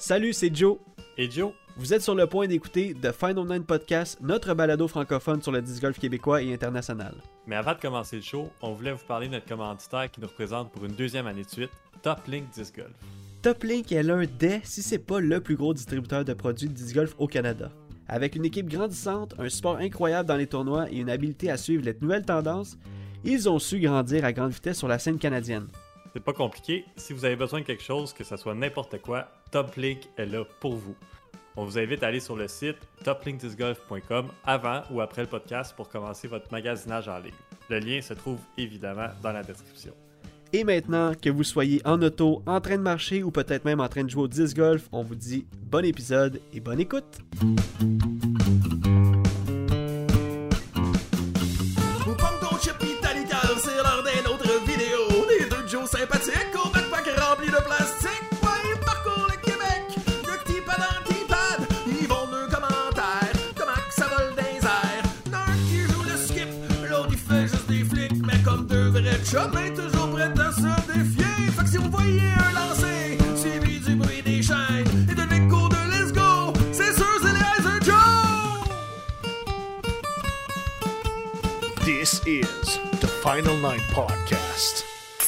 Salut, c'est Joe. Et Joe. Vous êtes sur le point d'écouter The Final Nine Podcast, notre balado francophone sur le disc golf québécois et international. Mais avant de commencer le show, on voulait vous parler de notre commanditaire qui nous représente pour une deuxième année de suite, Top Link Disc Golf. Top Link est l'un des, si c'est pas le plus gros distributeur de produits de disc golf au Canada. Avec une équipe grandissante, un support incroyable dans les tournois et une habileté à suivre les nouvelles tendances, ils ont su grandir à grande vitesse sur la scène canadienne. C'est pas compliqué, si vous avez besoin de quelque chose, que ce soit n'importe quoi, Top Link est là pour vous. On vous invite à aller sur le site toplinkdiscgolf.com avant ou après le podcast pour commencer votre magasinage en ligne. Le lien se trouve évidemment dans la description. Et maintenant, que vous soyez en auto, en train de marcher ou peut-être même en train de jouer au disc golf, on vous dit bon épisode et bonne écoute! C'est l'heure d'une autre vidéo. Les deux Joe sympathiques au backpack rempli de plastique. Ouais, ils parcourent le Québec de keypad en keypad. Ils vont deux commentaires. Comment que ça vole dans les airs. L'un qui joue le skip, l'autre il fait juste des flics. Mais comme deux vrais chums, toujours prêts à se défier. Fait que si vous voyez un lancer, suivi du bruit des chaînes et de l'écho de Let's Go, c'est sûr c'est les Heiser Joe. This is the Final Nine Podcast.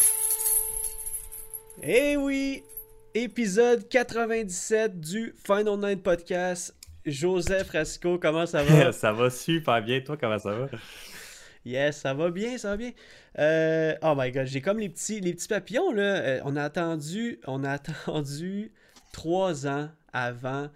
Eh oui! Épisode 97 du Final Nine Podcast. Joseph Rasco, comment ça va? Ça va super bien, toi comment ça va? Yes, ça va bien, ça va bien. Oh my god, j'ai comme les petits papillons là. On a attendu 3 ans avant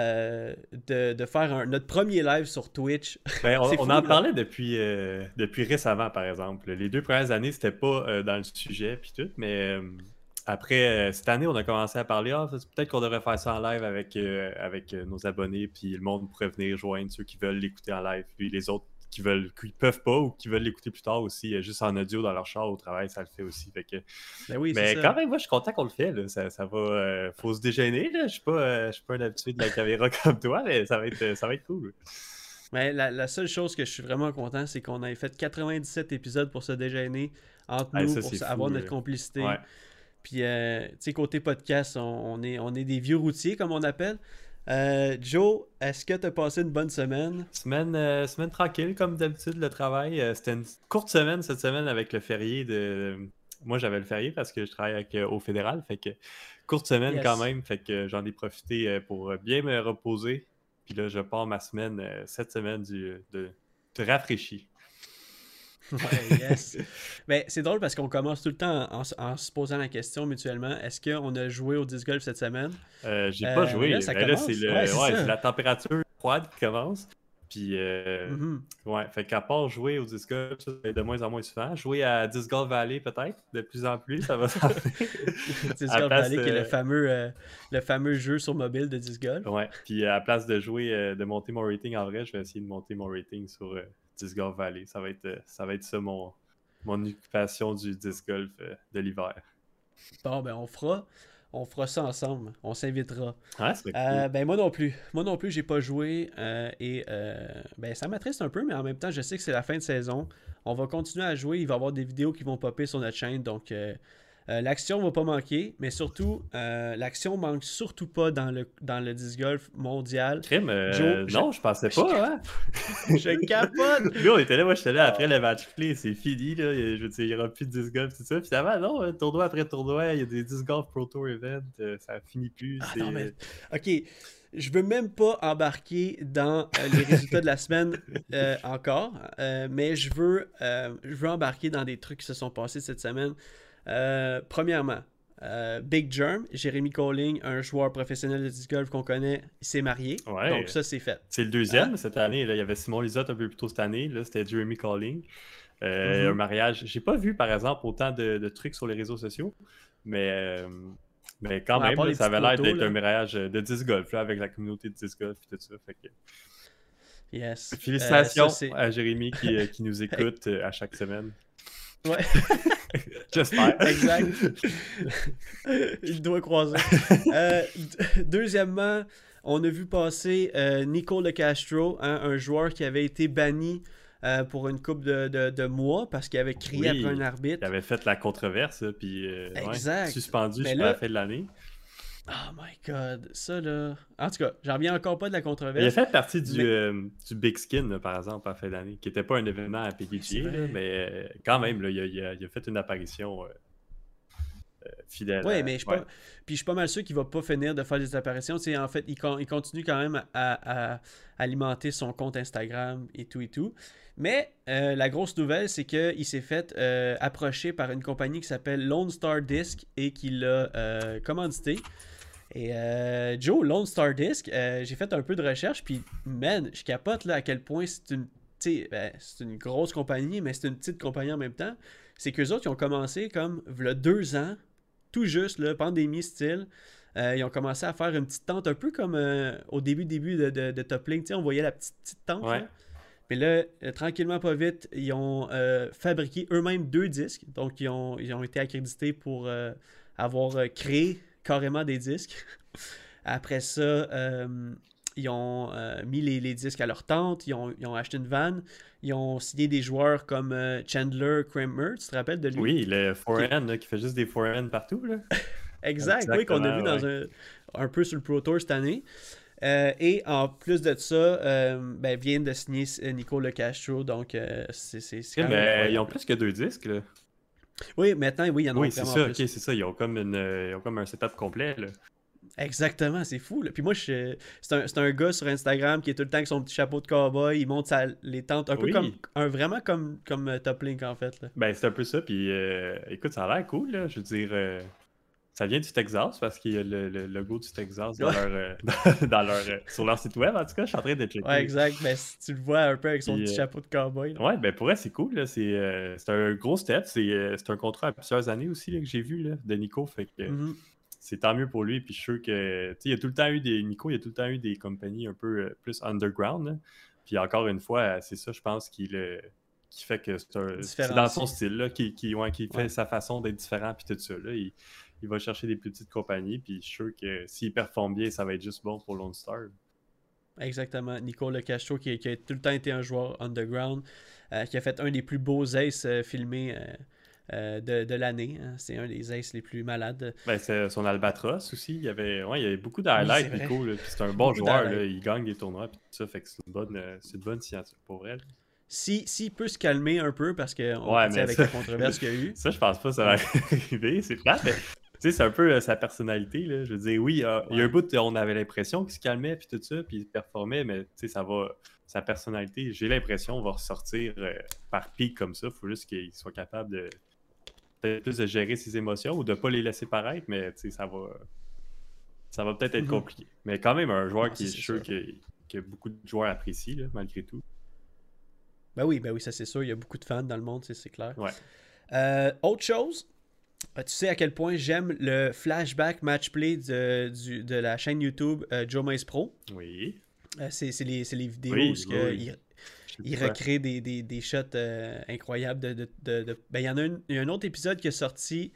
de faire notre premier live sur Twitch. Ben, on fou, en là. parlait depuis récemment, par exemple. Les 2 premières années, c'était pas dans le sujet puis tout, mais après, cette année, on a commencé à parler, peut-être qu'on devrait faire ça en live avec nos abonnés, puis le monde pourrait venir joindre ceux qui veulent l'écouter en live, puis les autres qui peuvent pas ou qui veulent l'écouter plus tard aussi, juste en audio dans leur char au travail, ça le fait aussi. Fait que... Ben oui, mais c'est quand ça. même, moi, je suis content qu'on le fait. Là. Ça va. Faut se dégainer. Là. Je suis pas un habitué de la caméra comme toi, mais ça va être cool. Mais la seule chose que je suis vraiment content, c'est qu'on ait fait 97 épisodes pour se déjeuner entre nous, ça, pour c'est avoir fou, notre là. complicité. Ouais. Puis, tu sais, côté podcast, on est des vieux routiers, comme on appelle. Joe, est-ce que tu as passé une bonne semaine? Semaine tranquille, comme d'habitude, le travail. C'était une courte semaine cette semaine avec le férié de... Moi, j'avais le férié parce que je travaille au fédéral. Fait que courte semaine Yes. quand même. Fait que j'en ai profité pour bien me reposer. Puis là, je pars ma semaine, cette semaine, de rafraîchi. Ouais, yes. Mais c'est drôle parce qu'on commence tout le temps en se posant la question mutuellement, est-ce qu'on a joué au disc golf cette semaine? J'ai pas joué. là, ça Mais là, commence. c'est Ouais, c'est ça. c'est la température froide qui commence. Puis, Mhm. ouais, fait qu'à part jouer au disc golf, ça va être de moins en moins souvent. Jouer à Disc Golf Valley, peut-être, de plus en plus, ça va s'en Disc À Golf place Valley, qui est de- le fameux jeu sur mobile de disc golf. Ouais, puis à la place de jouer, de monter mon rating en vrai, je vais essayer de monter mon rating sur Disc Golf Valley. Ça va être ça mon occupation du disc golf de l'hiver. Bon, ben on fera ça ensemble. On s'invitera. Ouais, c'est cool. Ben moi non plus. Moi non plus, j'ai pas joué. Ben ça m'attriste un peu, mais en même temps, je sais que c'est la fin de saison. On va continuer à jouer. Il va y avoir des vidéos qui vont popper sur notre chaîne. Donc l'action va pas manquer. Mais surtout, l'action manque surtout pas dans le disc golf mondial. Crime, Joe, non, je pensais pas, hein? Je capote! Nous, on était là, moi j'étais là après le match play, c'est fini, là. Je veux dire, il n'y aura plus de disc golf, tout ça. Finalement, non, tournoi après tournoi, il y a des disc golf Pro Tour event, ça finit plus. Ah non, mais... Ok, je veux même pas embarquer dans les résultats de la semaine encore, mais je veux embarquer dans des trucs qui se sont passés cette semaine. Premièrement, Big Germ, Jérémy Colling, un joueur professionnel de disc golf qu'on connaît, il s'est marié. Ouais. Donc ça, c'est fait. C'est le deuxième cette année. Là. Il y avait Simon Lizotte un peu plus tôt cette année. Là, c'était Jeremy Calling. Un mariage. J'ai pas vu, par exemple, autant de trucs sur les réseaux sociaux, mais quand Ouais, à même, part là, les ça avait petites l'air photos, d'être là. un mariage de disc golf là, avec la communauté de disc golf et tout ça. Fait que... Yes. Félicitations Ça, c'est- à Jérémy qui nous écoute à chaque semaine. Ouais. J'espère. Exact. Il doit croiser. Deuxièmement, on a vu passer Nico De Castro, hein, un joueur qui avait été banni pour une couple de mois parce qu'il avait crié Oui, après un arbitre. Il avait fait la controverse, puis Exact. suspendu Mais jusqu'à là- la fin de l'année. Oh my god, ça là. En tout cas, j'en reviens encore pas de la Il a controverse. fait partie du Big Skin, là, par exemple, en fin d'année, qui n'était pas un événement à C'est PGA, vrai. là, mais quand même, là, il a fait une apparition fidèle. Ouais, mais Ouais. puis je suis pas mal sûr qu'il va pas finir de faire des apparitions. Tu sais, en fait, il continue quand même à alimenter son compte Instagram et tout et tout. Mais la grosse nouvelle, c'est qu'il s'est fait approcher par une compagnie qui s'appelle Lone Star Disc et qui l'a commandité. Et Joe, Lone Star Disc, j'ai fait un peu de recherche, puis man, je capote là à quel point c'est une, tu sais, c'est une grosse compagnie, mais c'est une petite compagnie en même temps. C'est qu'eux autres, ils ont commencé comme, v'là 2 ans, tout juste, là, pandémie style. Ils ont commencé à faire une petite tente, un peu comme au début de Top Link, tu sais, on voyait la petite tente, Ouais. là. Puis là, tranquillement, pas vite, ils ont fabriqué eux-mêmes 2 disques. Donc, ils ont été accrédités pour avoir créé carrément des disques. Après ça, ils ont mis les disques à leur tente. Ils ont acheté une van. Ils ont signé des joueurs comme Chandler Kramer. Tu te rappelles de lui? Oui, le forehand, là, qui fait juste des forehands partout, là. Exact, oui, qu'on a vu dans un peu sur le Pro Tour cette année. Et en plus de ça, viennent de signer Nico Le Castro, donc c'est quand même Mais incroyable. ils ont plus que 2 disques, là. Oui, maintenant, oui, il y en a Oui, c'est vraiment ça, plus. ok, c'est ça. Ils ont comme un setup complet, là. Exactement, c'est fou. Là. Puis moi, c'est un gars sur Instagram qui est tout le temps avec son petit chapeau de cowboy, il monte les tentes, un peu Oui. vraiment comme Top Link en fait. Là. Ben, c'est un peu ça. Puis, écoute, ça a l'air cool, là. Je veux dire, ça vient du Texas parce qu'il y a le logo du Texas dans Ouais. sur leur site web. En tout cas, je suis en train de checker. Ouais, exact. Ben, si tu le vois un peu avec son Puis, petit chapeau de cowboy. Là. Ouais, ben pour elle, c'est cool. Là. C'est un gros step. C'est un contrat à plusieurs années aussi là, que j'ai vu là, de Nico. Fait que Mhm. c'est tant mieux pour lui. Puis je suis sûr que. Tu sais, il y a tout le temps eu Nico, il y a tout le temps eu des compagnies un peu plus underground. Là. Puis encore une fois, c'est ça, je pense, qui fait que c'est dans Différencié. son style, là, qui fait Ouais. sa façon d'être différent. Puis tout ça. Là. Il va chercher des plus petites compagnies. Puis je suis sûr que s'il performe bien, ça va être juste bon pour Lone Star. Exactement. Nico Le Castro qui a tout le temps été un joueur underground, qui a fait un des plus beaux aces filmés de l'année. Hein. C'est un des aces les plus malades. Ben, c'est son Albatros aussi. Il y avait beaucoup Oui, d'highlights, c'est vrai. Nico. Là, puis c'est un bon Beaucoup joueur. Là, d'highlights. il gagne des tournois. Puis tout ça, fait que c'est une bonne signature pour elle. S'il peut se calmer un peu, parce que Ouais, mais avec ça- la controverse qu'il y a eu. Ça, je pense pas que ça va arriver. C'est plate, mais tu sais, c'est un peu sa personnalité. Là. Je veux dire, oui, il y a un bout, on avait l'impression qu'il se calmait, puis tout ça, puis il performait, mais tu sais, sa personnalité, j'ai l'impression, va ressortir par pic comme ça. Il faut juste qu'il soit capable de peut-être plus de gérer ses émotions ou de pas les laisser paraître, mais tu sais, ça va peut-être être Mhm. compliqué. Mais quand même, un joueur Non, qui est c'est sûr sûr. que beaucoup de joueurs apprécient, là, malgré tout. Ben oui, ça c'est sûr. Il y a beaucoup de fans dans le monde, c'est clair. Ouais. Autre chose, tu sais à quel point j'aime le flashback match play de la chaîne YouTube Joe Mace Pro. Oui. C'est les vidéos Oui, où ce oui, que oui. il recrée des shots incroyables. Ben, il y en a il y a un autre épisode qui est sorti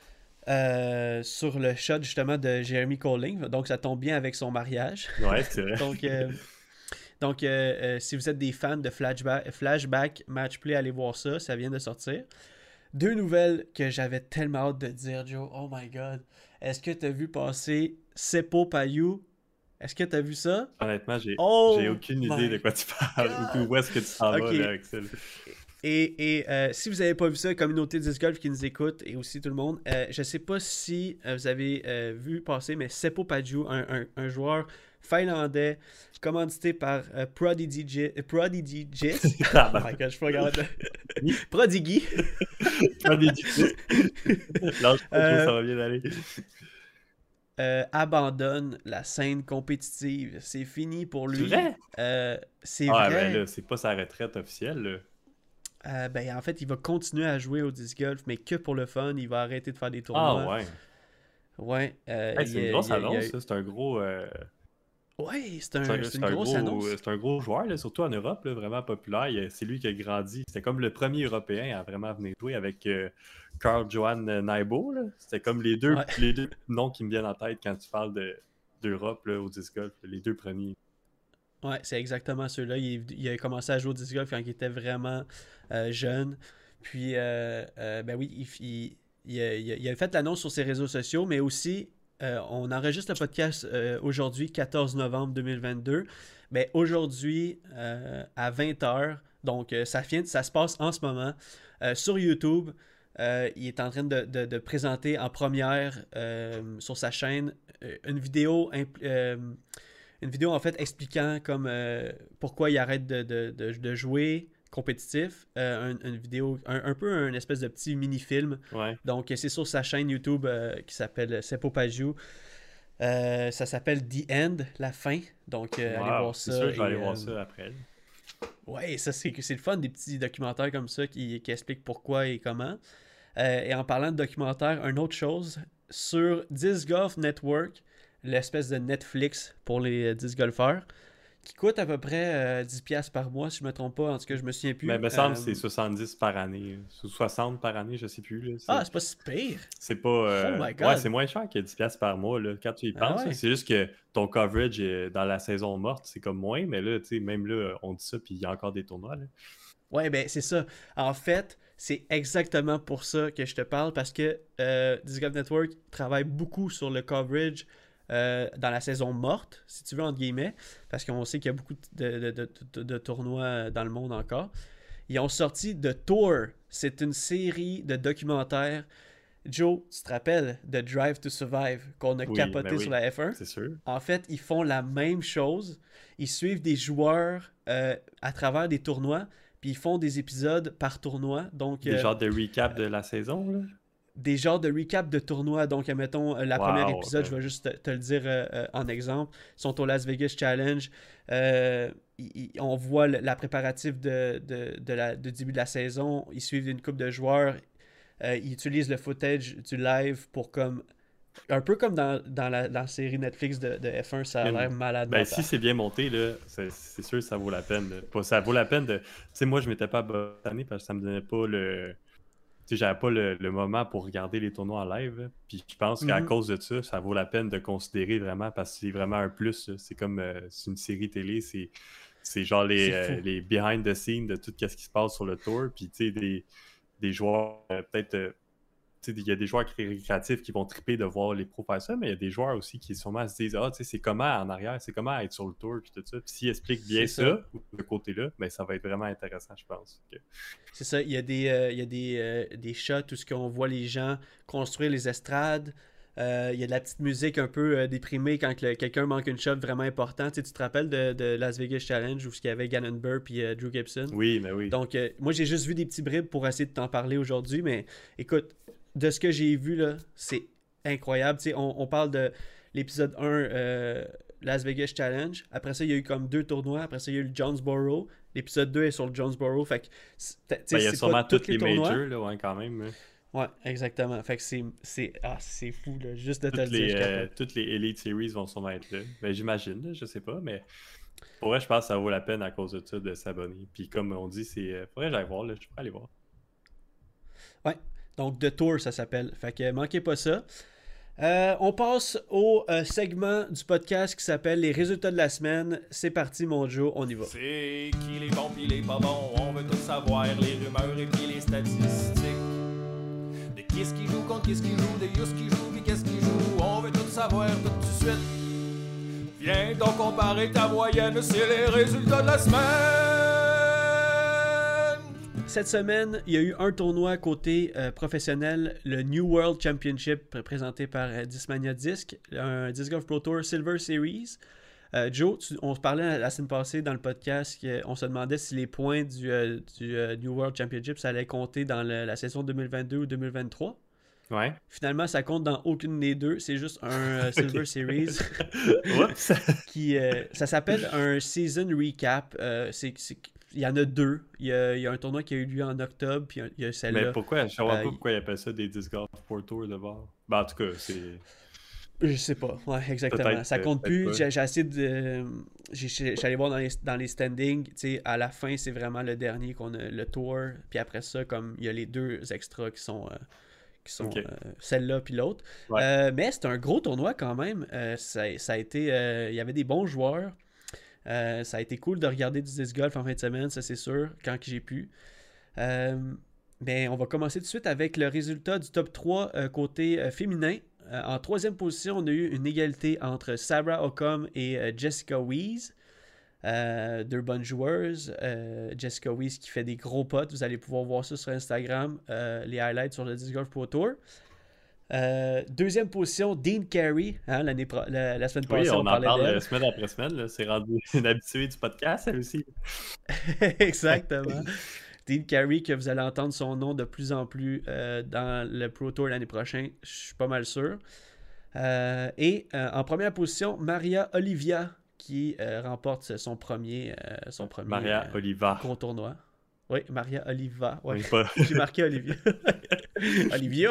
sur le shot justement de Jeremy Colling. Donc ça tombe bien avec son mariage. Ouais, c'est vrai. Donc, si vous êtes des fans de flashback match play, allez voir ça. Ça vient de sortir. 2 nouvelles que j'avais tellement hâte de dire, Joe. Oh my God. Est-ce que tu as vu passer Seppo Payou? Est-ce que tu as vu ça? Honnêtement, j'ai Oh aucune my idée de quoi tu parles ou où est-ce que tu t'en vas Ok. là, avec ça. Là. Et si vous n'avez pas vu ça, communauté Disc Golf qui nous écoute et aussi tout le monde, je ne sais pas si vous avez vu passer, mais Seppo Payou, un joueur finlandais commandité par Prodigy Gis. Ah, Oh my God, je suis pas capable de- Prodigy. Pas des difficiles. Lâche pas, ça va bien aller. Abandonne la scène compétitive. C'est fini pour lui. C'est vrai? C'est Ah, vrai. ben là, c'est pas sa retraite officielle, là. Ben, en fait, il va continuer à jouer au disc golf, mais que pour le fun. Il va arrêter de faire des Ah, tournois. ouais. Ouais. Hey, c'est une grosse annonce, ça. C'est un gros. Ouais, c'est C'est une un grosse gros, annonce. c'est un gros joueur, là, surtout en Europe, là, vraiment populaire. C'est lui qui a grandi. C'était comme le premier Européen à vraiment venir jouer avec Carl-Johan Naibo. Là. C'était comme les deux noms qui me viennent en tête quand tu parles d'Europe là, au disc golf. Les 2 premiers. Ouais, c'est exactement ceux-là. Il a commencé à jouer au disc golf quand il était vraiment jeune. Puis, ben oui, il a fait l'annonce sur ses réseaux sociaux, mais aussi, on enregistre le podcast aujourd'hui, 14 novembre 2022. Mais aujourd'hui, à 20h, donc ça se passe en ce moment, sur YouTube. Il est en train de présenter en première sur sa chaîne une vidéo en fait expliquant comme pourquoi il arrête de jouer compétitif, une vidéo, un peu un espèce de petit mini-film. Ouais. Donc c'est sur sa chaîne YouTube qui s'appelle Seppo Paju. Ça s'appelle The End, la fin. Donc allez voir ça. C'est sûr, je vais aller voir ça après. Ouais, ça c'est le fun, des petits documentaires comme ça qui expliquent pourquoi et comment. Et en parlant de documentaire, une autre chose, sur Disc Golf Network, l'espèce de Netflix pour les disc golfeurs, qui coûte à peu près 10$ par mois, si je ne me trompe pas. En tout cas, je me souviens plus. Mais il me semble que c'est 70 par année. 60 par année, je sais plus. Là. C'est pas si pire. C'est pas... Oh my God. Ouais, c'est moins cher que 10$ par mois, là, quand tu y penses. ouais. C'est juste que ton coverage dans la saison morte, c'est comme moins. Mais là, tu sais, même là, on dit ça, puis il y a encore des tournois. Là. Ouais, ben c'est ça. En fait, c'est exactement pour ça que je te parle, parce que Disc Golf Network travaille beaucoup sur le coverage dans la saison morte, si tu veux, entre guillemets, parce qu'on sait qu'il y a beaucoup de tournois dans le monde encore. Ils ont sorti The Tour. C'est une série de documentaires. Joe, tu te rappelles de Drive to Survive qu'on a capoté sur la F1? C'est sûr. En fait, ils font la même chose. Ils suivent des joueurs à travers des tournois, puis ils font des épisodes par tournoi. Donc, des genres de recap de la saison, là? Des genres de recap de tournois. Donc, admettons, premier épisode, je vais juste te le dire en exemple. Ils sont au Las Vegas Challenge. On voit la préparative du début de la saison. Ils suivent une couple de joueurs. Ils utilisent le footage du live pour comme... Un peu comme dans la série Netflix de F1, ça a l'air malade. Ben, si c'est bien monté, là, c'est sûr que ça vaut la peine. Ça vaut la peine de... Tu sais, moi, je m'étais pas abonné parce que ça me donnait pas le... Tu sais, j'avais pas le moment pour regarder les tournois en live. Là. Puis je pense qu'à cause de ça, ça vaut la peine de considérer vraiment parce que c'est vraiment un plus. Là. C'est comme c'est une série télé, c'est genre les behind the scenes de tout ce qui se passe sur le tour. Puis tu sais, des joueurs, peut-être... il y a des joueurs créatifs qui vont triper de voir les pros faire ça, mais il y a des joueurs aussi qui sûrement se disent « Ah, tu sais, c'est comment en arrière, c'est comment être sur le tour, puis tout ça. » Puis s'ils expliquent bien ça, de côté-là, ben, ça va être vraiment intéressant, je pense. C'est ça, il y a des shots où on voit les gens construire les estrades. Il y a de la petite musique un peu déprimée quand quelqu'un manque une shot vraiment importante. Tu te rappelles de Las Vegas Challenge où il y avait Gannon Buhr puis Drew Gibson? Oui, mais oui. Donc, moi, j'ai juste vu des petits bribes pour essayer de t'en parler aujourd'hui, mais écoute, de ce que j'ai vu, là, c'est incroyable. Tu sais, on parle de l'épisode 1, Las Vegas Challenge. Après ça, il y a eu comme 2 tournois. Après ça, il y a eu le Jonesboro. L'épisode 2 est sur le Jonesboro. Fait que, il y a sûrement tous les majors, là, ouais, quand même. Ouais, exactement. Fait que c'est fou, là, juste de te le dire. Toutes les Elite Series vont sûrement être là. Ben, j'imagine, là, je sais pas, mais pour vrai, je pense que ça vaut la peine à cause de ça de s'abonner. Puis comme on dit, faudrait que j'aille voir, là, je pourrais aller voir. Ouais, donc The Tour, ça s'appelle. Fait que manquez pas ça. On passe au segment du podcast qui s'appelle Les résultats de la semaine. C'est parti, mon Joe, on y va. C'est qui les bons pis les pas bons, on veut tout savoir, les rumeurs et puis les statistiques. De qu'est-ce qui joue contre qu'est-ce qui joue, de Yus qui joue pis qu'est-ce qui joue, on veut tout savoir tout de suite. Viens donc comparer ta moyenne, c'est les résultats de la semaine. Cette semaine, il y a eu un tournoi côté professionnel, le New World Championship présenté par Discmania Disc, un Disc Golf Pro Tour Silver Series. Joe, on se parlait la semaine passée dans le podcast, on se demandait si les points du New World Championship, ça allait compter dans la saison 2022 ou 2023. Ouais. Finalement, ça compte dans aucune des deux. C'est juste un Silver Series. Ça s'appelle un Season Recap. Il y en a 2. Il y a un tournoi qui a eu lieu en octobre, puis il y a celle-là. Mais pourquoi? Je ne vois pas pourquoi ils appellent ça des Disc Golf Pro Tour de bord. Ben, en tout cas, c'est... Je sais pas. Ouais, exactement. Ça compte plus. J'ai essayé de... J'allais voir dans les standings. Tu sais, à la fin, c'est vraiment le dernier qu'on a, le tour. Puis après ça, comme il y a les 2 extras qui sont okay. Celle-là puis l'autre. Ouais. Mais c'est un gros tournoi quand même. Ça a été... il y avait des bons joueurs. Ça a été cool de regarder du disc golf en fin de semaine, ça c'est sûr, quand j'ai pu. Mais on va commencer tout de suite avec le résultat du top 3 côté féminin. En troisième position, on a eu une égalité entre Sarah Ockham et Jessica Weese. Deux bonnes joueuses. Jessica Weese qui fait des gros potes. Vous allez pouvoir voir ça sur Instagram. Les highlights sur le Disc Golf Pro Tour. Deuxième position, Dean Carey. Hein, la semaine passée, on en parlait parle d'elle. semaine après semaine. Là. C'est rendu une habituée du podcast, elle aussi. Exactement. Dean Carey, que vous allez entendre son nom de plus en plus dans le Pro Tour l'année prochaine. Je suis pas mal sûr. Et en première position, Maria Olivia, qui remporte son premier Maria Oliva. gros tournoi. Oui, Maria Oliva. Ouais. Oui, pas... J'ai marqué Olivia. Olivia.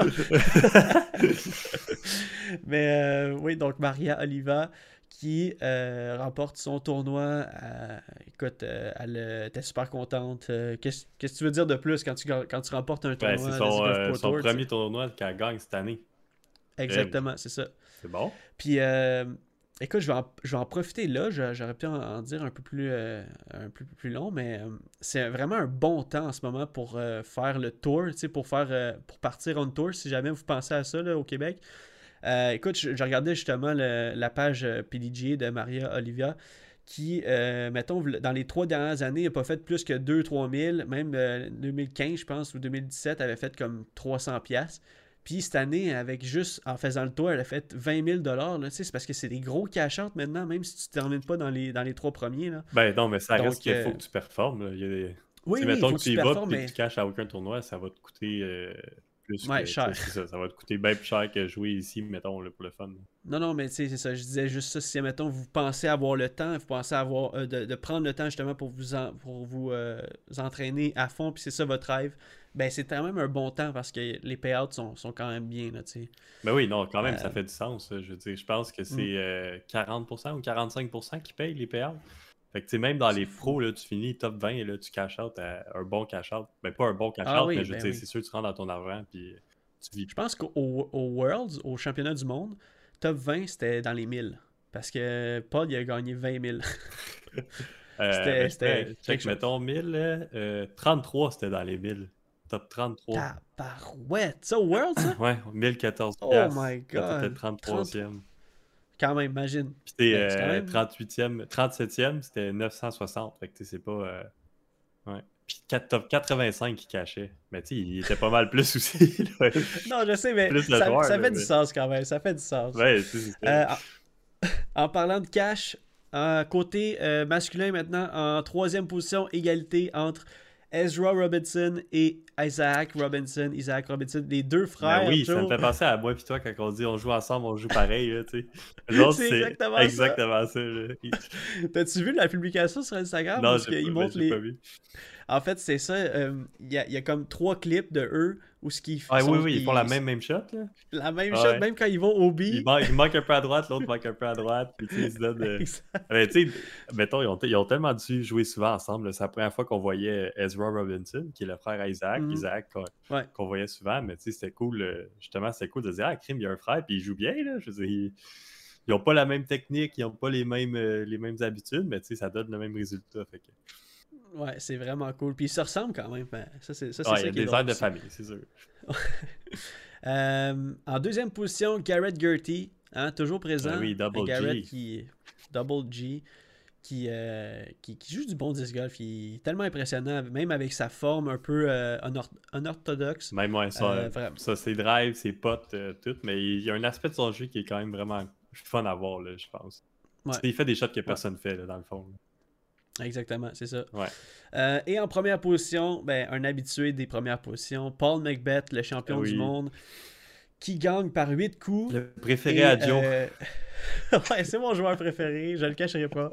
Mais oui, donc Maria Oliva qui remporte son tournoi. Écoute, elle était super contente. Qu'est-ce que tu veux dire de plus quand tu remportes un tournoi? C'est son premier tournoi qu'elle gagne cette année. Exactement, c'est ça. C'est bon. Puis, écoute, je vais en profiter là. J'aurais pu en dire un peu plus long, mais c'est vraiment un bon temps en ce moment pour faire le tour, pour partir on tour, si jamais vous pensez à ça là, au Québec. Écoute, je regardais justement la page PDGA de Maria Olivia qui, mettons, dans les 3 dernières années, n'a pas fait plus que 2-3 000. Même 2015, je pense, ou 2017, avait fait comme 300$. Puis cette année, en faisant le tour, elle a fait 20 000$. Là, c'est parce que c'est des gros cash-out maintenant, même si tu ne termines pas dans les 3 premiers. Là. Ben non, mais ça Donc, reste qu'il faut que tu performes. Là. Il y a des... Oui, mettons faut que tu y vas et mais... que tu caches à aucun tournoi, ça va te coûter plus ouais, que... cher. Ça va te coûter bien plus cher que jouer ici, mettons, là, pour le fun. Non, mais tu sais, c'est ça. Je disais juste ça. Si, mettons, vous pensez avoir le temps, vous pensez avoir de prendre le temps justement pour vous entraîner à fond, puis c'est ça votre rêve, ben c'est quand même un bon temps parce que les payouts sont quand même bien, là, tu sais. Ben oui, non, quand même, ça fait du sens. Je veux dire, je pense que c'est 40% ou 45% qui payent les payouts. Fait que tu sais, même dans les pros, là, tu finis top 20 et là, tu cash out à un bon cash out. Ben pas un bon cash out, mais je veux dire, c'est sûr que tu rentres dans ton argent puis tu vis. Je pense qu'au Worlds, au championnat du monde, top 20, c'était dans les 1000. Parce que Paul, il a gagné 20 000. C'était quelque chose. Mettons 1000, 33, c'était dans les 1000. Top 33. Tabarouette! Ça, au World, ça? Ouais, 1014. Oh my God! C'était 33e. Quand même, imagine. Puis c'était 38e, 37e, c'était 960. Fait que c'est pas... Ouais. Puis top 85 qui cachait. Mais tu sais, il était pas mal plus aussi. Là. Non, je sais, mais ça fait du sens quand même. Ça fait du sens. Ouais, en parlant de cash, côté masculin maintenant, en troisième position, égalité entre Ezra Robinson et Isaac Robinson, les deux frères. Ben oui, ça me fait penser à moi et toi quand on dit on joue ensemble, on joue pareil. Là, l'autre, c'est exactement ça. T'as-tu vu la publication sur Instagram? Non, j'ai pas vu. En fait, c'est ça. Il y a comme 3 clips de eux où ce qu'ils font. Ils font la même shot. Là. La même shot, même quand ils vont au B. Il manque un peu à droite, l'autre manque un peu à droite. Puis ils se donnent. Mais tu sais, mettons, ils ont tellement dû jouer souvent ensemble. C'est la première fois qu'on voyait Ezra Robinson, qui est le frère à Isaac. Isaac, qu'on voyait souvent. Mais tu sais, c'était cool. Justement, c'était cool de dire Crime, il y a un frère, puis il joue bien. Là. Je veux dire, ils n'ont pas la même technique, ils n'ont pas les mêmes habitudes, mais tu sais, ça donne le même résultat. Fait que... Ouais, c'est vraiment cool. Puis ils se ressemblent quand même. Ça, c'est ça il y a des airs de famille, c'est sûr. En deuxième position, Garrett Gertie, toujours présent. Oui, Double Garrett G. Double G, qui joue du bon disc golf. Il est tellement impressionnant, même avec sa forme un peu unorthodoxe. Même ça, ses drives, ses potes, tout. Mais il y a un aspect de son jeu qui est quand même vraiment fun à voir, là, je pense. Ouais. Il fait des shots que personne fait, là, dans le fond. Là. Exactement, c'est ça. Ouais. Et en première position, un habitué des premières positions, Paul McBeth, le champion du monde, qui gagne par 8 coups. Le préféré à Joe. Ouais, c'est mon joueur préféré, je le cacherai pas.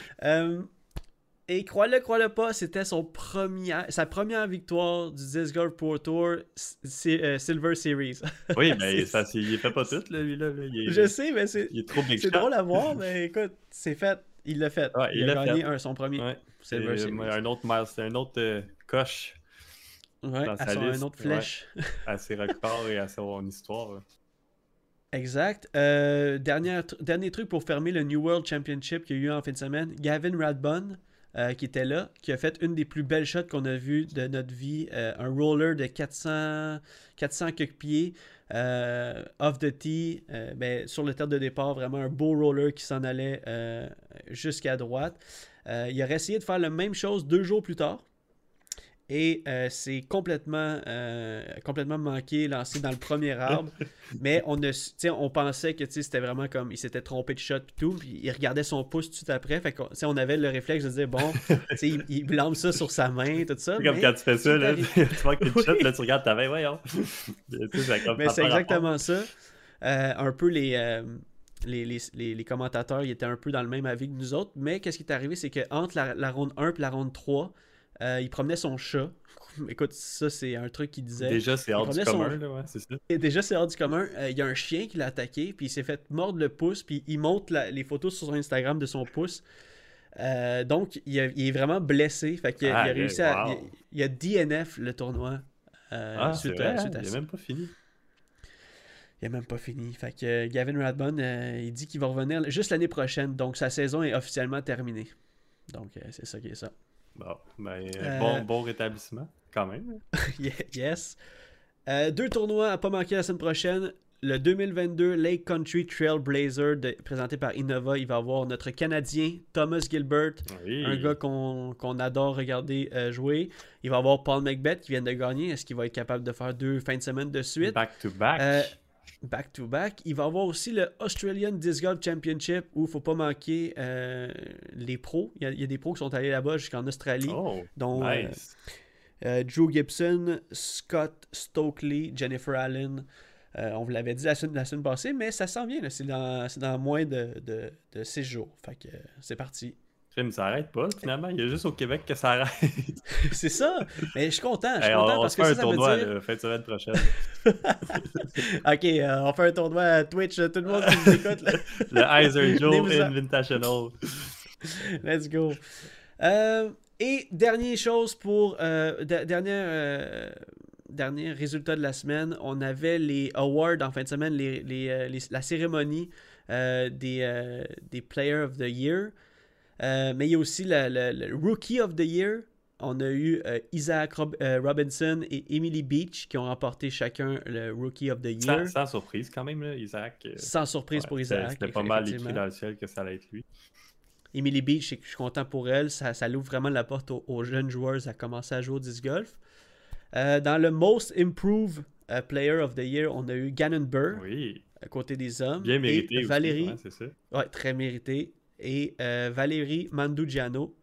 Et crois-le pas, c'était sa première victoire du Disc Golf Pro Tour Silver Series. Oui, mais il fait pas tout, là, lui. Là. Je sais, mais c'est drôle à voir, mais écoute, c'est fait. Il l'a fait. Ouais, il a gagné son premier Silver Series. Un autre milestone, un autre coche. Ouais, une autre flèche. Ouais, à ses records et à son histoire. Exact. Dernier truc pour fermer le New World Championship qu'il y a eu en fin de semaine. Gavin Radbun, qui était là, qui a fait une des plus belles shots qu'on a vues de notre vie. Un roller de 400 quelques pieds off the tee, sur le terre de départ. Vraiment un beau roller qui s'en allait jusqu'à droite. Il aurait essayé de faire la même chose 2 jours plus tard. Et c'est complètement manqué, lancé dans le premier arbre. Mais on pensait que c'était vraiment comme il s'était trompé de shot et tout. Puis il regardait son pouce tout de suite après. Fait qu'on avait le réflexe de dire bon, il blâme ça sur sa main, tout ça. C'est comme quand tu fais ça, là, tu manques une shot, là, tu regardes ta main, voyons. Mais c'est exactement ça. Un peu les commentateurs, ils étaient un peu dans le même avis que nous autres. Mais qu'est-ce qui est arrivé, c'est qu'entre la ronde 1 et la ronde 3, il promenait son chat. Écoute, ça, c'est un truc qu'il disait. Déjà, c'est hors du commun, là, ouais, c'est ça. Et déjà, c'est hors du commun. Il y a un chien qui l'a attaqué, puis il s'est fait mordre le pouce, puis il montre les photos sur son Instagram de son pouce. Donc, il est vraiment blessé. Fait qu'il a réussi à... Il a DNF le tournoi. Suite à ça. Il n'a même pas fini. Il n'a même pas fini. Fait que Gavin Radbon, il dit qu'il va revenir juste l'année prochaine. Donc, sa saison est officiellement terminée. Donc, c'est ça qui est ça. Bon rétablissement, quand même. Yes. 2 tournois à pas manquer la semaine prochaine. Le 2022 Lake Country Trailblazer présenté par Innova. Il va avoir notre Canadien Thomas Gilbert, un gars qu'on adore regarder jouer. Il va avoir Paul McBeth qui vient de gagner. Est-ce qu'il va être capable de faire 2 fins de semaine de suite? Back-to-back. Back-to-back. Il va avoir aussi le Australian Disc Golf Championship où il ne faut pas manquer les pros. Il y a des pros qui sont allés là-bas jusqu'en Australie. Dont nice. Drew Gibson, Scott Stokely, Jennifer Allen. On vous l'avait dit la semaine passée, mais ça s'en vient. Là. C'est dans moins de 6 jours. Fait que c'est parti. Ça arrête pas, finalement. Il y a juste au Québec que ça arrête. C'est ça. Mais je suis content. Parce que on fait un tournoi veut dire... la fin de semaine prochaine. Ok, on fait un tournoi à Twitch. Tout le monde qui nous écoute. Là. Le Iser Joe Invitational. Let's go. Et dernière chose pour... dernier résultat de la semaine, on avait les awards en fin de semaine, la cérémonie des Player of the Year. Mais il y a aussi le Rookie of the Year. On a eu Isaac Robinson et Emily Beach qui ont remporté chacun le Rookie of the Year. Sans surprise quand même, là, Isaac. Sans surprise pour Isaac. C'était pas mal écrit dans le ciel que ça allait être lui. Emily Beach, je suis content pour elle. Ça l'ouvre vraiment la porte aux jeunes joueurs à commencer à jouer au disc golf. Dans le Most Improved Player of the Year, on a eu Gannon Burr à côté des hommes. Bien mérité et Valérie, aussi, c'est ça. Ouais, très mérité. Et Valérie Mandugiano,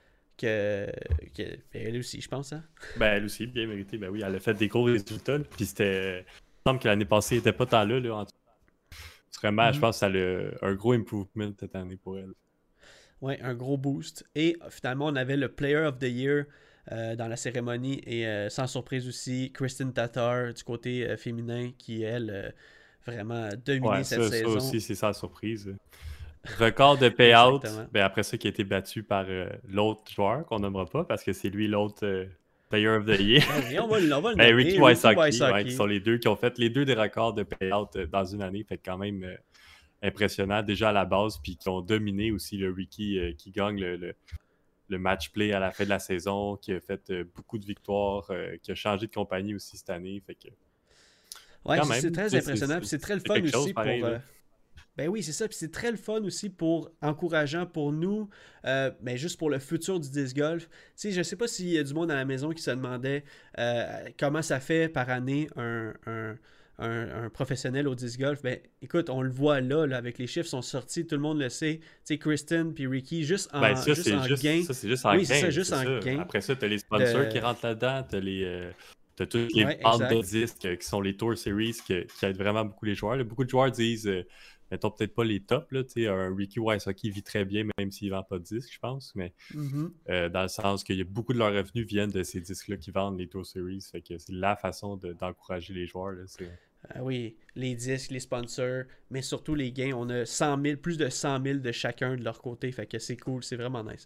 elle aussi, je pense. Hein? Elle aussi, bien mérité. Ben oui, elle a fait des gros résultats. Puis c'était... Il me semble que l'année passée, elle n'était pas tant là. Vraiment, je pense que ça a un gros improvement cette année pour elle. Oui, un gros boost. Et finalement, on avait le Player of the Year dans la cérémonie. Et sans surprise aussi, Kristen Tatar du côté féminin qui, elle, vraiment a dominé cette saison. Ça aussi, c'est sans surprise. Record de payout, après ça qui a été battu par l'autre joueur qu'on nommera pas parce que c'est lui l'autre Player of the Year. On va le nommer. Ricky Wysocki, qui sont les deux qui ont fait les deux des records de payout dans une année. Fait quand même impressionnant déjà à la base, puis qui ont dominé aussi le Ricky qui gagne le match play à la fin de la saison, qui a fait beaucoup de victoires, qui a changé de compagnie aussi cette année. Fait que, c'est très impressionnant. C'est très le fun aussi pareil, pour... Ben oui, c'est ça. Puis c'est très le fun aussi pour encourageant pour nous, mais juste pour le futur du disc golf. Tu sais, je sais pas s'il y a du monde à la maison qui se demandait comment ça fait par année un professionnel au disc golf. Ben écoute, on le voit là, avec les chiffres sont sortis, tout le monde le sait. Tu sais, Kristen puis Ricky, juste en gain. Ça, c'est juste en gain. C'est ça, juste en gain. Après ça, tu as les sponsors qui rentrent là-dedans, t'as toutes les ventes de disques qui sont les Tour Series qui aident vraiment beaucoup les joueurs. Là, beaucoup de joueurs disent... mettons peut-être pas les tops, là, un Ricky Wysocki vit très bien, même s'il ne vend pas de disques, je pense, mais dans le sens qu'il y a beaucoup de leurs revenus viennent de ces disques-là qui vendent les Tour Series, fait que c'est la façon d'encourager les joueurs. Là, oui, les disques, les sponsors, mais surtout les gains, on a 100 000, plus de 100 000 de chacun de leur côté, fait que c'est cool, c'est vraiment nice.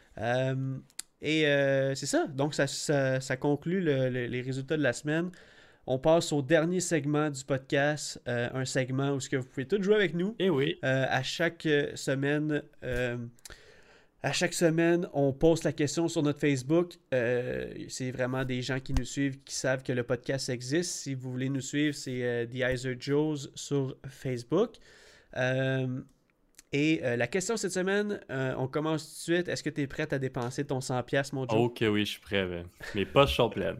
C'est ça, donc ça conclut les résultats de la semaine. On passe au dernier segment du podcast, un segment où vous pouvez tous jouer avec nous. Et oui. À chaque semaine, À chaque semaine, on poste la question sur notre Facebook. C'est vraiment des gens qui nous suivent, qui savent que le podcast existe. Si vous voulez nous suivre, c'est The Iser Joes sur Facebook. La question cette semaine, on commence tout de suite. Est-ce que tu es prête à dépenser ton 100$, mon Joe? Ok, oui, je suis prêt. Ben. Mes poches sont pleines.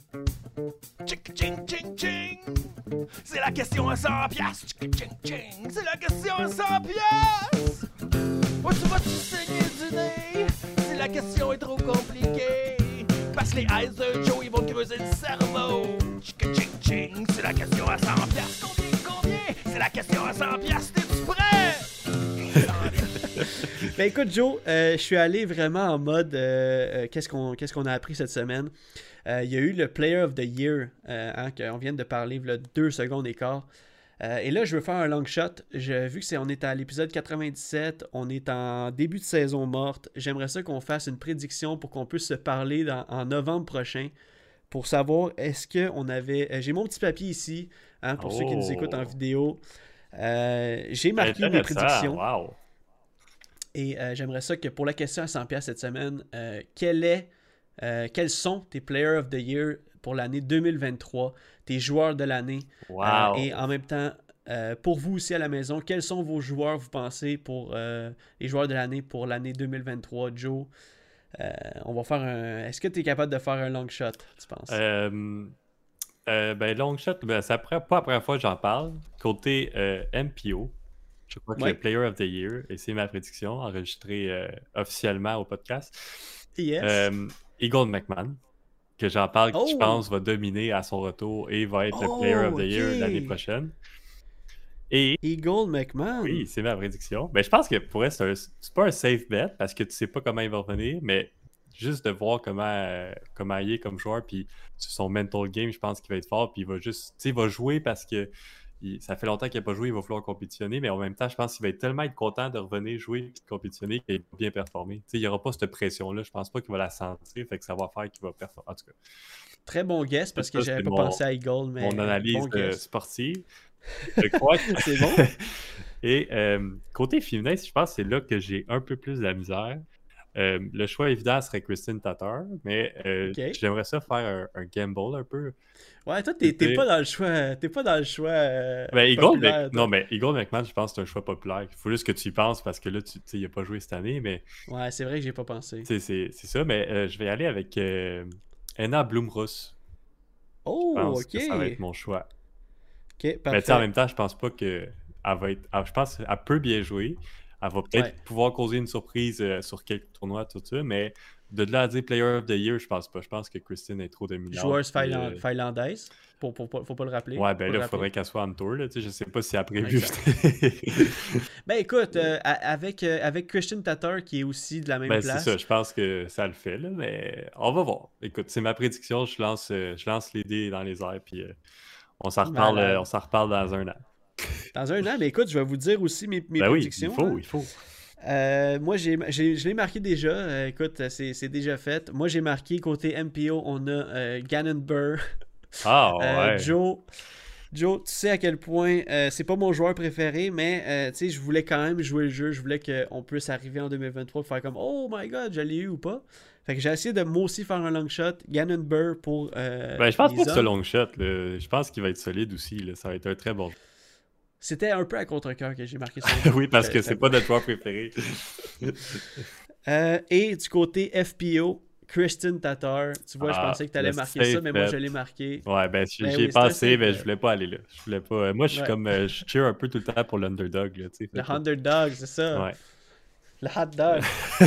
Ching, ching, ching, ching. C'est la question à 100 piastres. Ching, ching, ching. C'est la question à 100 piastres. Oh, tu vas-tu saigner du nez si la question est trop compliquée? Parce que les Iser Joe, ils vont creuser le cerveau. Ching, ching, ching. C'est la question à 100 piastres. Combien? C'est la question à 100 piastres. T'es-tu prêt? Ben écoute, Joe, je suis allé vraiment en mode qu'est-ce qu'on a appris cette semaine. Il y a eu le Player of the Year, qu'on vient de parler, il y a 2 secondes et quart. Et là, je veux faire un long shot. Vu qu'on est à l'épisode 97, on est en début de saison morte. J'aimerais ça qu'on fasse une prédiction pour qu'on puisse se parler en novembre prochain pour savoir est-ce qu'on avait... J'ai mon petit papier ici, pour ceux qui nous écoutent en vidéo. J'ai marqué mes prédictions. Wow. Et j'aimerais ça que pour la question à 100$ cette semaine, quels sont tes Player of the Year pour l'année 2023, tes joueurs de l'année? Wow. Et en même temps, pour vous aussi à la maison, quels sont vos joueurs, vous pensez, pour les joueurs de l'année pour l'année 2023? Joe, on va faire un... Est-ce que tu es capable de faire un long shot, tu penses? Ben, long shot, c'est pas la première fois que j'en parle. Côté MPO, je crois que le Player of the Year, et c'est ma prédiction, enregistrée officiellement au podcast. Yes. Eagle McMahon, que j'en parle, qui je pense va dominer à son retour et va être le Player of the Year l'année prochaine. Et Eagle McMahon. oui, c'est ma prédiction. Ben, je pense que pour elle, c'est pas un safe bet parce que tu sais pas comment il va revenir, mais juste de voir comment il est comme joueur, puis son mental game, je pense qu'il va être fort, puis il va juste, tu sais, il va jouer parce que ça fait longtemps qu'il n'a pas joué, il va falloir compétitionner, mais en même temps, je pense qu'il va être tellement être content de revenir jouer et de compétitionner qu'il va bien performer. Tu sais, il n'y aura pas cette pression-là, je pense pas qu'il va la sentir, fait que ça va faire qu'il va performer. En tout cas. Très bon guess, parce que j'avais pas pensé à Eagle, mais mon analyse bon sportive. Je crois que c'est bon. Et côté féminin, je pense que c'est là que j'ai un peu plus de la misère. Le choix évident serait Kristen Tatar, mais j'aimerais ça faire un gamble un peu. Ouais, toi, t'es pas dans le choix. T'es pas dans le choix. Ben, populaire, non, mais Eagle McMahon, je pense que c'est un choix populaire. Il faut juste que tu y penses parce que là, il n'a pas joué cette année, mais. Ouais, c'est vrai que j'ai pas pensé. C'est ça, mais je vais y aller avec Anna Blumroos. Oh, je pense ok. que ça va être mon choix. Ok, parfait. Mais en même temps, je pense pas qu'elle va être. Je pense qu'elle peut bien jouer. Elle va peut-être pouvoir causer une surprise sur quelques tournois, tout ça, mais de là à dire Player of the Year, je pense pas. Je pense que Christine est trop dominante. Joueuse finlandaise, faut pas le rappeler. Ouais, ben là, il faudrait qu'elle soit en tour. Là, je sais pas si elle a prévu. Ben écoute, avec Christian Tatar qui est aussi de la même place. C'est ça, je pense que ça le fait, là, mais on va voir. Écoute, c'est ma prédiction, je lance les dés dans les airs, puis on s'en reparle dans un an. Dans un an, mais écoute, je vais vous dire aussi mes prédictions. Il faut. Moi, je l'ai marqué déjà. Écoute, c'est déjà fait. Moi, j'ai marqué côté MPO, on a Gannon Burr. Ah, ouais. Joe, tu sais à quel point c'est pas mon joueur préféré, mais tu sais, je voulais quand même jouer le jeu. Je voulais qu'on puisse arriver en 2023 et faire comme oh my god, je l'ai eu ou pas. Fait que j'ai essayé de moi aussi faire un long shot. Gannon Burr pour. Je pense pas que ce long shot, là. Je pense qu'il va être solide aussi. Là. Ça va être un très bon jeu. C'était un peu à contre-cœur que j'ai marqué ça. Oui, parce que c'est pas notre joueur préféré. Et du côté FPO, Kristen Tatar. Tu vois, je pensais que tu allais marquer ça, mais moi, je l'ai marqué. Ouais, j'y ai pensé, mais je voulais pas aller là. Je voulais pas. Moi, je suis comme. Je cheer un peu tout le temps pour l'underdog. Le underdog, c'est ça. Ouais. Le hot dog.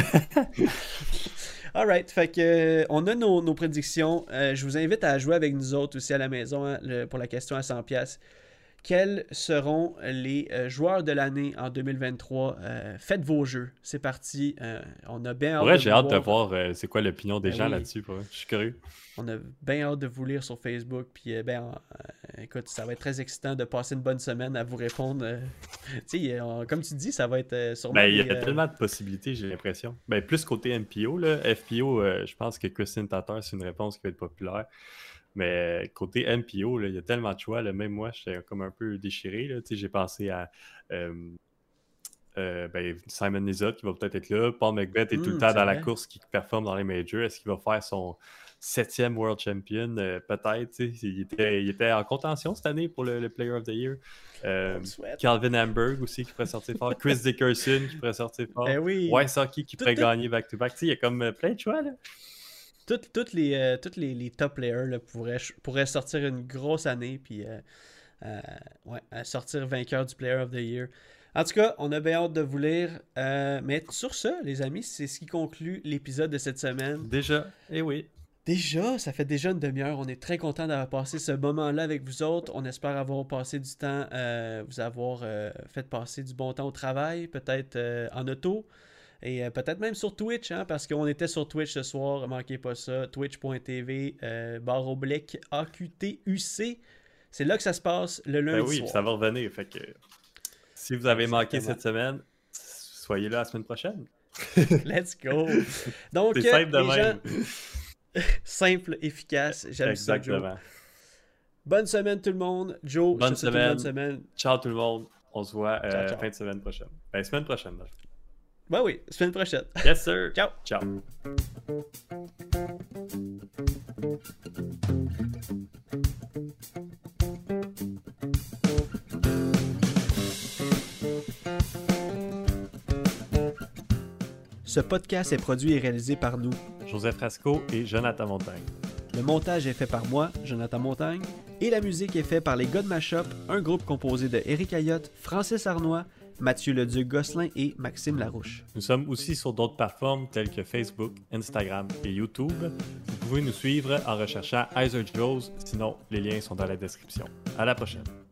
Alright, fait que on a nos prédictions. Je vous invite à jouer avec nous autres aussi à la maison pour la question à 100$. Quels seront les joueurs de l'année en 2023? Faites vos jeux. C'est parti. On a bien hâte j'ai hâte de voir c'est quoi l'opinion des gens là-dessus. Je suis curieux. On a bien hâte de vous lire sur Facebook. Puis, écoute, ça va être très excitant de passer une bonne semaine à vous répondre. Comme tu dis, ça va être sûrement. Il y a tellement de possibilités, j'ai l'impression. Plus côté MPO, là, FPO, je pense que Kristen Tatar, c'est une réponse qui va être populaire. Mais côté MPO, il y a tellement de choix. Là, même moi, j'étais comme un peu déchiré. Là, j'ai pensé à Simon Lizotte qui va peut-être être là. Paul McBeth est tout le temps c'est dans la vrai. course qui performe dans les majors. Est-ce qu'il va faire son 7e World Champion? Peut-être. Il était en contention cette année pour le Player of the Year. On le souhaite. Calvin Hamburg aussi qui pourrait sortir fort. Chris Dickerson qui pourrait sortir fort. Eh oui. Wysocki qui pourrait gagner back-to-back. Il y a comme plein de choix. Là. Toutes les top players là, pourraient sortir une grosse année puis sortir vainqueur du Player of the Year. En tout cas, on a bien hâte de vous lire. Mais sur ce, les amis, c'est ce qui conclut l'épisode de cette semaine. Déjà, oui. Déjà, ça fait déjà une demi-heure. On est très content d'avoir passé ce moment-là avec vous autres. On espère avoir passé du temps, vous avoir fait passer du bon temps au travail, peut-être en auto. Et peut-être même sur Twitch, hein, parce qu'on était sur Twitch ce soir, manquez pas ça, twitch.tv, /AQTUC. C'est là que ça se passe le lundi soir. Ça va revenir. Fait que si vous avez manqué cette semaine, soyez là la semaine prochaine. Let's go! Donc, c'est simple de même. Simple, efficace, j'aime ça, Joe. Exactement. Bonne semaine tout le monde. Joe, bonne bonne semaine. Ciao tout le monde. On se voit ciao. fin de semaine prochaine. Semaine prochaine. Là. Ben oui, semaine prochaine. Yes, sir. Ciao. Ciao. Ce podcast est produit et réalisé par nous, Joseph Rasco et Jonathan Montagne. Le montage est fait par moi, Jonathan Montagne, et la musique est faite par les gars de Mashup, un groupe composé de Éric Ayotte, Francis Arnois, Mathieu Leduc-Gosselin et Maxime Larouche. Nous sommes aussi sur d'autres plateformes telles que Facebook, Instagram et YouTube. Vous pouvez nous suivre en recherchant Heiser Joes, sinon les liens sont dans la description. À la prochaine.